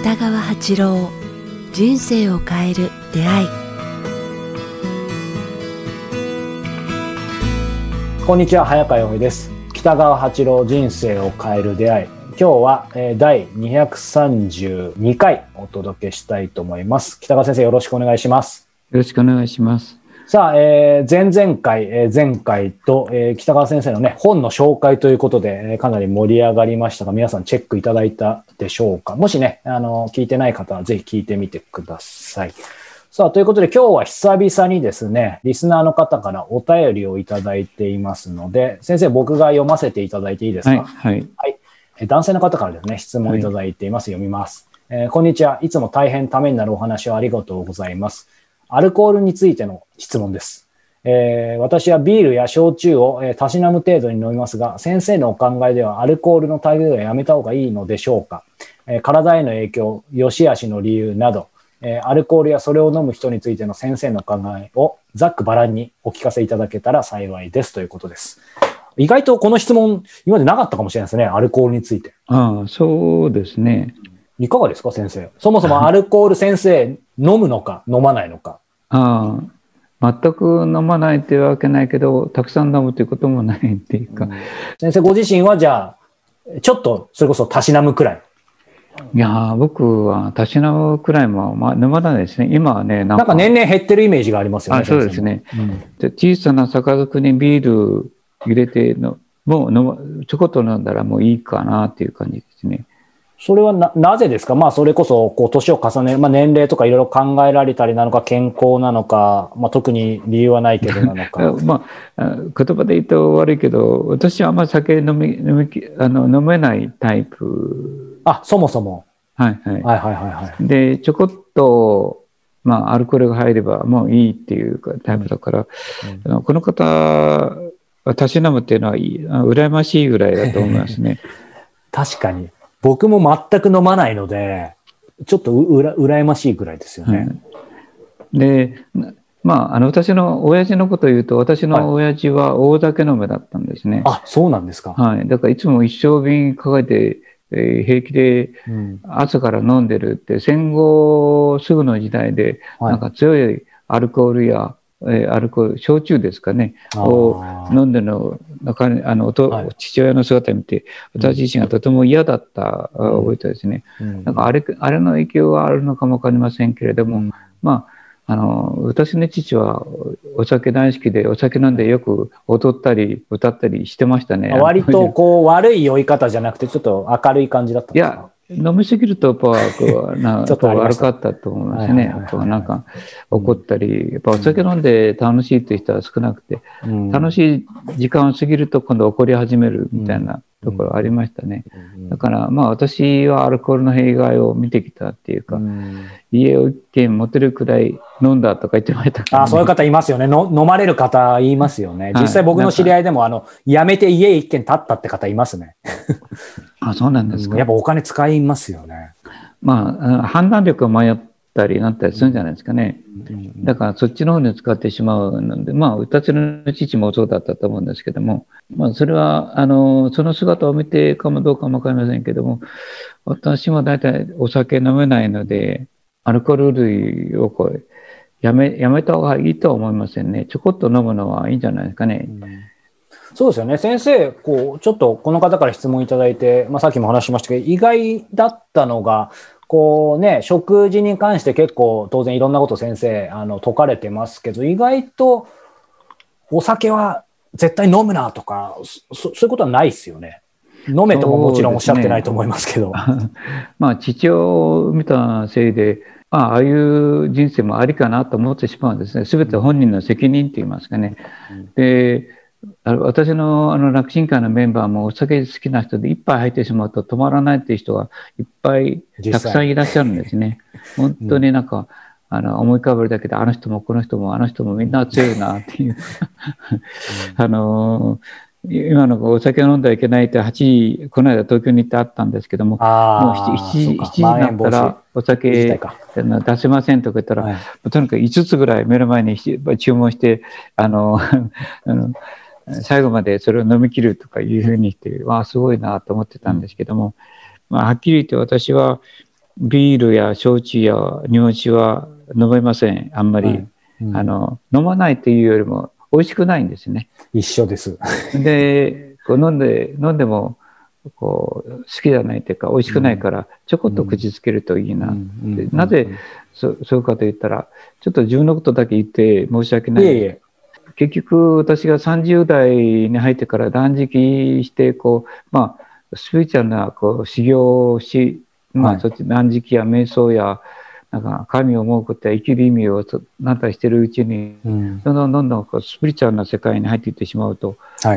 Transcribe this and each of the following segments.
北川八郎、人生を変える出会い。 こんにちは、早川洋平です。北川八郎、人生を変える出会い。今日は第232回お届けしたいと思います。北川先生、よろしくお願いします。 よろしくお願いします。 さあ、前々回、前回と、北川先生のね、本の紹介ということで、かなり盛り上がりましたが、皆さんチェックいただいたでしょうか。もしね、聞いてない方はぜひ聞いてみてください。さあ、ということで今日は久々にですね、リスナーの方からお便りをいただいていますので、先生、僕が読ませていただいていいですか？ はい。 男性の方からですね、質問いただいています。読みます。こんにちは。いつも大変ためになるお話をありがとうございます。アルコールについての質問です。私はビールや焼酎をたしなむ程度に飲みますが、先生のお考えではアルコールの類はやめた方がいいのでしょうか？体への影響、良し悪しの理由など、アルコールやそれを飲む人についての先生の考えをざっくばらんにお聞かせいただけたら幸いですということです。意外とこの質問今までなかったかもしれないですね、アルコールについて。 ああ、そうですね。 いかがですか、先生。そもそもアルコール先生飲むのか飲まないのか。 ああ、全く飲まないというわけないけど、たくさん飲むということもないっていうか。 先生ご自身はじゃあ、ちょっとそれこそたしなむくらい。 いや僕はたしなむくらいも、飲まないですね。今はね、 なんか年々減ってるイメージがありますよね。 そうですね。で小さな杯にビール入れてもうちょこっと飲んだらもういいかなっていう感じですね。 それはなぜですか？それこそ年を重ねる、年齢とかいろいろ考えられたりなのか、健康なのか、特に理由はないけどなのか。 言葉で言うと悪いけど、私はあんまり酒飲めないタイプ。 そもそも。 はい。で、ちょこっと、アルコールが入ればもういいっていうタイプだから、この方はたしなむっていうのは羨ましいぐらいだと思いますね。 確かに。僕も全く飲まないので、ちょっと羨ましいぐらいですよね。 で、私の親父のことを言うと、私の親父は大酒飲めだったんですね。 そうなんですか。 はい。だからいつも一升瓶抱えて、平気で朝から飲んでるって、戦後すぐの時代で、なんか強いアルコールや、焼酎ですかね、を飲んでるの中に父親の姿を見て、私自身がとても嫌だった覚えてですね、なんかあれの影響はあるのかもわかりませんけれども、私の父はお酒大好きで、お酒飲んでよく踊ったり歌ったりしてましたね。 割と悪い酔い方じゃなくて、ちょっと明るい感じだったんですか？ 飲みすぎるとちょっと悪かったと思いますね。なんか怒ったり、やっぱお酒飲んで楽しいという人は少なくて、楽しい時間を過ぎると今度怒り始めるみたいなところありましたね。だから私はアルコールの弊害を見てきたっていうか、家を一軒持てるくらい飲んだとか言ってましたから、ね。 そういう方いますよね。飲まれる方言いますよね。実際僕の知り合いでも辞めて家一軒建ったって方いますね。 そうなんですか。 やっぱお金使いますよね。 判断力が迷ったりなったりするんじゃないですかね。だからそっちの方に使ってしまうので、私の父もそうだったと思うんですけども、それはその姿を見てかもどうかもわかりませんけども、私も大体お酒飲めないので、アルコール類をやめた方がいいとは思いませんね。ちょこっと飲むのはいいんじゃないですかね。 そうですよね。先生、ちょっとこの方から質問いただいて、さっきも話しましたけど、意外だったのが、食事に関して結構当然いろんなこと先生、説かれてますけど、意外とお酒は絶対飲むなとか、そういうことはないですよね。飲めとももちろんおっしゃってないと思いますけど。 父を見たせいで、ああいう人生もありかなと思ってしまうんですね。すべて本人の責任と言いますかね。で、私の楽神会のメンバーもお酒好きな人で一杯入ってしまうと止まらないっていう人がいっぱいたくさんいらっしゃるんですね。本当になんか、思い浮かべるだけであの人もこの人もあの人もみんな強いなっていう今のお酒を飲んではいけないってこの間東京に行ってあったんですけども、もう7時になったらお酒出せませんとか言ったら、とにかく5つぐらい目の前に注文して最後までそれを飲み切るとかいうふうにして、すごいなと思ってたんですけども、はっきり言って私はビールや焼酎や日本酒は飲めません。あんまり、飲まないというよりも美味しくないんですね。 一緒です。 で、こう飲んでもこう好きじゃないというか美味しくないからちょこっと口つけるといいな。なぜそうかと言ったら、ちょっと自分のことだけ言って申し訳ない。結局私が30代に入ってから断食してこう、スピリチュアルなこう修行をし、そっち断食や瞑想やなんか神を思うことや生きる意味をなったりしてるうちに、どんどんこうスピリチュアルな世界に入っていってしまうと、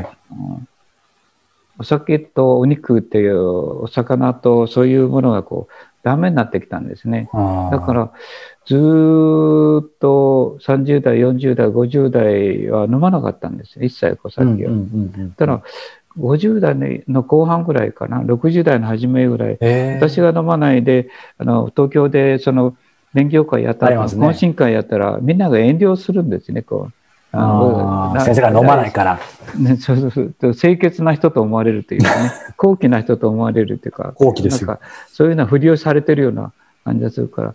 お酒とお肉っていうお魚とそういうものがこうダメになってきたんですね。だからずーっと30代40代50代は飲まなかったんですよ、一切お酒を。ただ50代の後半ぐらいかな、60代の初めぐらい、私が飲まないで東京でその勉強会やったら、懇親会やったらみんなが遠慮するんですね。こう先生が飲まないから、 そう清潔な人と思われるというかね高貴な人と思われるというか、 高貴ですよ。 なんかそういうのは不利用されてるような感じがするから、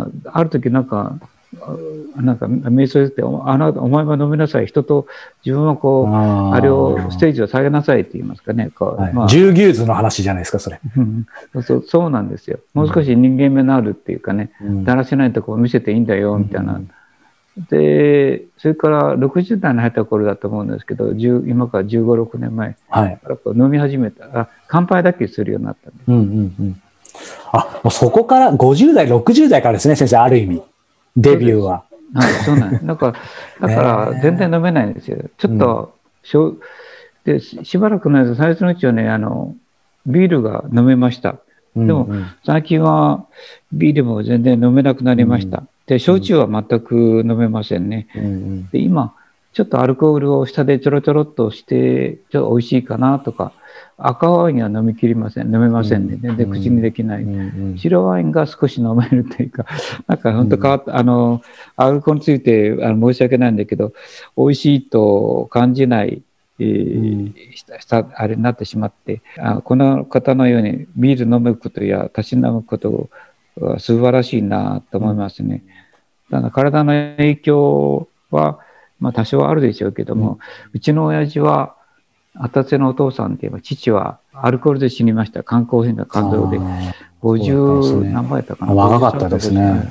ある時なんか瞑想してお前は飲みなさい、人と自分はこうあれをステージを下げなさいって言いますかね、 十牛図の話じゃないですか、それ。 そうなんですよ。もう少し人間味のあるっていうかね、だらしないとこを見せていいんだよみたいな。でそれから60代に入った頃だと思うんですけど、今から15、6年前からこう飲み始めた、乾杯だけするようになったんです。 もうそこから50代60代からですね、先生、ある意味デビューは。 そうなんです。だから全然飲めないんですよ。ちょっと、でしばらくの間最初のうちはね、ビールが飲めました。でも最近はビールも全然飲めなくなりました。で焼酎は全く飲めませんね。で今ちょっとアルコールを下でちょろちょろっとしてちょっと美味しいかなとか、赤ワインは飲めませんね。全然口にできない。白ワインが少し飲めるというか、なんか本当変わった、アルコールについて申し訳ないんだけど、美味しいと感じないあれになってしまって、この方のようにビール飲むことやたしなむことは素晴らしいなと思いますね。だから体の影響は、多少あるでしょうけども、うちの親父は二十歳のお父さんって言えば、父はアルコールで死にました。肝硬変が肝臓で50何倍やったかな。 若かったですね。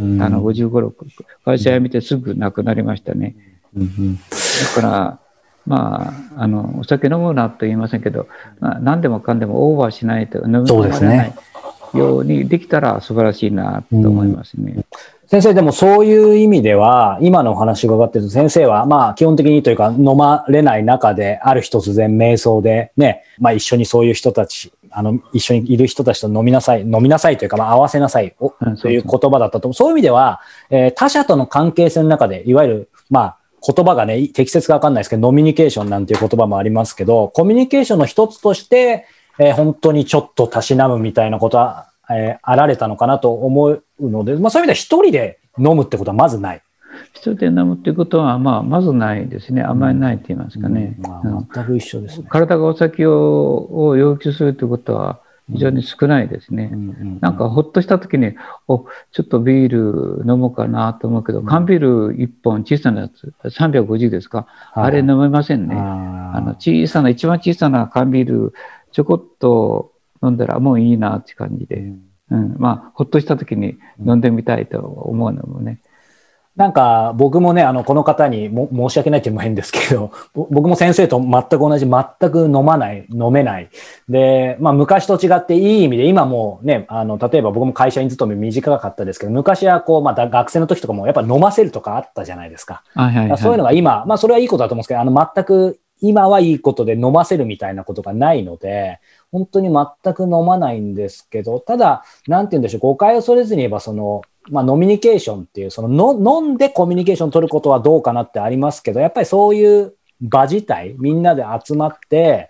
55、6会社辞めてすぐ亡くなりましたね。だからお酒飲むなと言いませんけど、何でもかんでもオーバーしないと飲み込まれないようにできたら素晴らしいなと思いますね。 先生、でもそういう意味では、今のお話を伺ってると、先生は基本的にというか飲まれない中で、ある日突然瞑想でね、一緒にそういう人たち、一緒にいる人たちと飲みなさいというか、合わせなさいという言葉だったと。そういう意味では、他者との関係性の中で、いわゆる、言葉がね、適切かわかんないですけど、ノミニケーションなんていう言葉もありますけど、コミュニケーションの一つとして、本当にちょっとたしなむみたいなことは、あられたのかなと思うので、そういう意味では一人で飲むってことはまずない。 一人で飲むっていうことは、まずないですね。あんまりないって言いますかね。 全く一緒ですね。 体がお酒を要求するということは非常に少ないですね。なんかほっとした時に、ちょっとビール飲もうかなと思うけど、缶ビール1本小さなやつ、350ですか、あれ飲めませんね。一番小さな缶ビール、ちょこっと飲んだらもういいなって感じで、ほっとした時に飲んでみたいと思うのもね。 なんか僕もね、この方に申し訳ないっていうのも変ですけど、僕も先生と全く同じ、全く飲めない。で、昔と違っていい意味で、今もうね、例えば僕も会社に勤め短かったですけど、昔は学生の時とかもやっぱ飲ませるとかあったじゃないですか。そういうのが今、それはいいことだと思うんですけど、全く今はいいことで飲ませるみたいなことがないので、本当に全く飲まないんですけど、ただ、なんて言うんでしょう、誤解を恐れずに言えば、ノミニケーションっていう、飲んでコミュニケーションを取ることはどうかなってありますけど、やっぱりそういう場自体、みんなで集まって、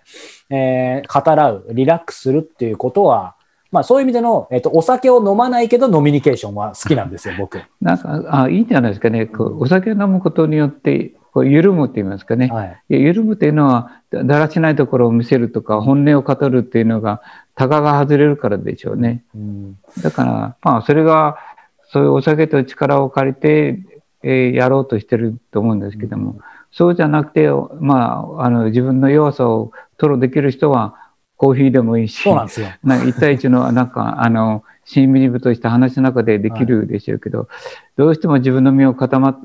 語らう、リラックスするっていうことは、そういう意味での、お酒を飲まないけどノミニケーションは好きなんですよ、僕。 なんか、いいんじゃないですかね。お酒を飲むことによって、 こう緩むって言いますかね、 はい、 緩むっていうのはだらしないところを見せるとか本音を語るっていうのがタガが外れるからでしょうね。だからまあそれがそういうお酒と力を借りて、やろうとしてると思うんですけども、そうじゃなくて、まあ、自分の弱さを吐露できる人はコーヒーでもいいし、 そうなんですよ。 1対1のなんかしんみりとした話の中でできるでしょうけど、はい、どうしても自分の身を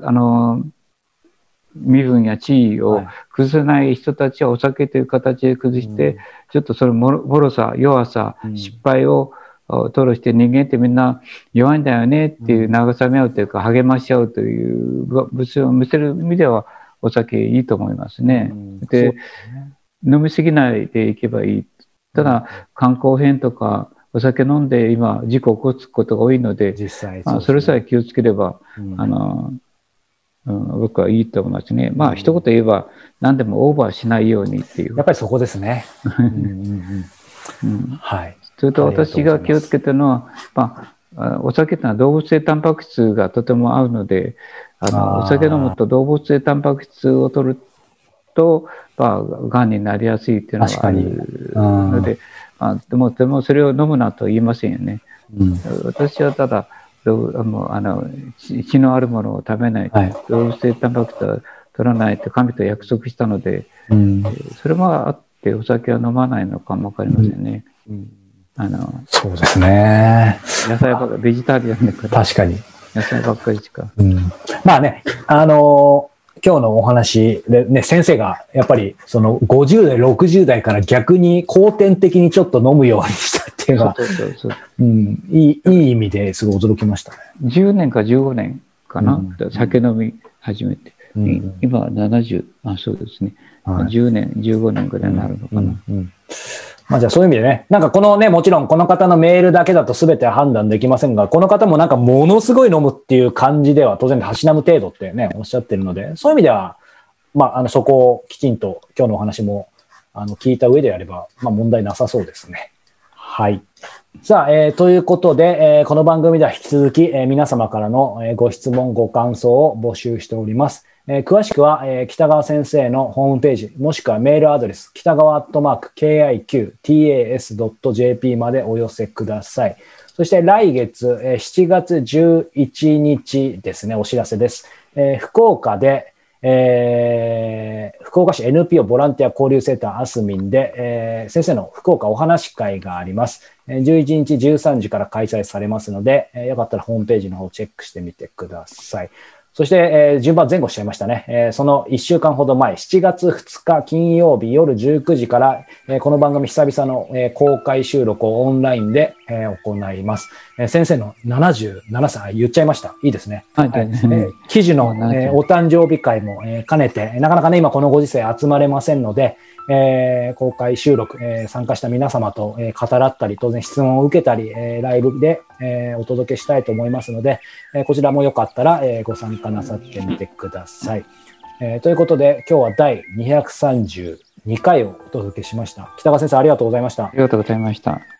身分や地位を崩せない人たちはお酒という形で崩して、ちょっとその脆さ、弱さ、失敗を吐露して、人間ってみんな弱いんだよねっていう慰め合うというか励まし合うという物質を見せる意味ではお酒いいと思いますね。で、飲みすぎないでいけばいい。ただ肝硬変とかお酒飲んで今事故を起こすことが多いので、実際そうですね、それさえ気をつければ、僕はいいと思いますね。まあ一言言えば何でもオーバーしないようにっていう。 やっぱりそこですね。 はい。それと私が気をつけてるのは、まあ、お酒ってのは動物性タンパク質がとても合うので、お酒飲むと動物性タンパク質を取ると、まあ、がんになりやすいっていうのがあるので、でもそれを飲むなと言いませんよね。私はただ血のあるものを食べない、動物性タンパク質を取らないと神と約束したので、それもあってお酒は飲まないのかもわかりませんね。 そうですね。 野菜ばっかり、ベジタリアンだから。 確かに。 野菜ばっかりしか。 まあね、今日のお話でね、先生がやっぱりその50代、60代から逆に後天的にちょっと飲むようにしたっていうのは、いい意味ですごい驚きましたね。 10年か15年かな、酒飲み始めて。今は70、そうですね。10年、15年ぐらいになるのかな。 まあじゃあそういう意味でね、なんかこのね、もちろんこの方のメールだけだと全て判断できませんが、この方もなんかものすごい飲むっていう感じでは当然たしなむ程度ってね、おっしゃってるので、そういう意味では、まあそこをきちんと今日のお話も聞いた上でやれば、まあ問題なさそうですね。はい。さあ、ということで、この番組では引き続き、皆様からのご質問、ご感想を募集しております。詳しくは、北川先生のホームページ、もしくはメールアドレス、北川@kiqtas.jp までお寄せください。そして来月、7月11日ですね、お知らせです。福岡で、福岡市 NPO ボランティア交流センターあすみんで、先生の福岡お話会があります。11日13時から開催されますので、よかったらホームページの方をチェックしてみてください。そして、順番前後しちゃいましたね。その1週間ほど前、7月2日金曜日夜19時から、この番組久々の、公開収録をオンラインで、行います。先生の77歳、言っちゃいました。いいですね。はい。記事の、お誕生日会も、兼ねて、なかなかね、今このご時世集まれませんので、公開収録、参加した皆様と、語らったり、当然質問を受けたり、ライブで、お届けしたいと思いますので、こちらもよかったら、ご参加なさってみてください。ということで、今日は第232回をお届けしました。北川先生、ありがとうございました。 ありがとうございました。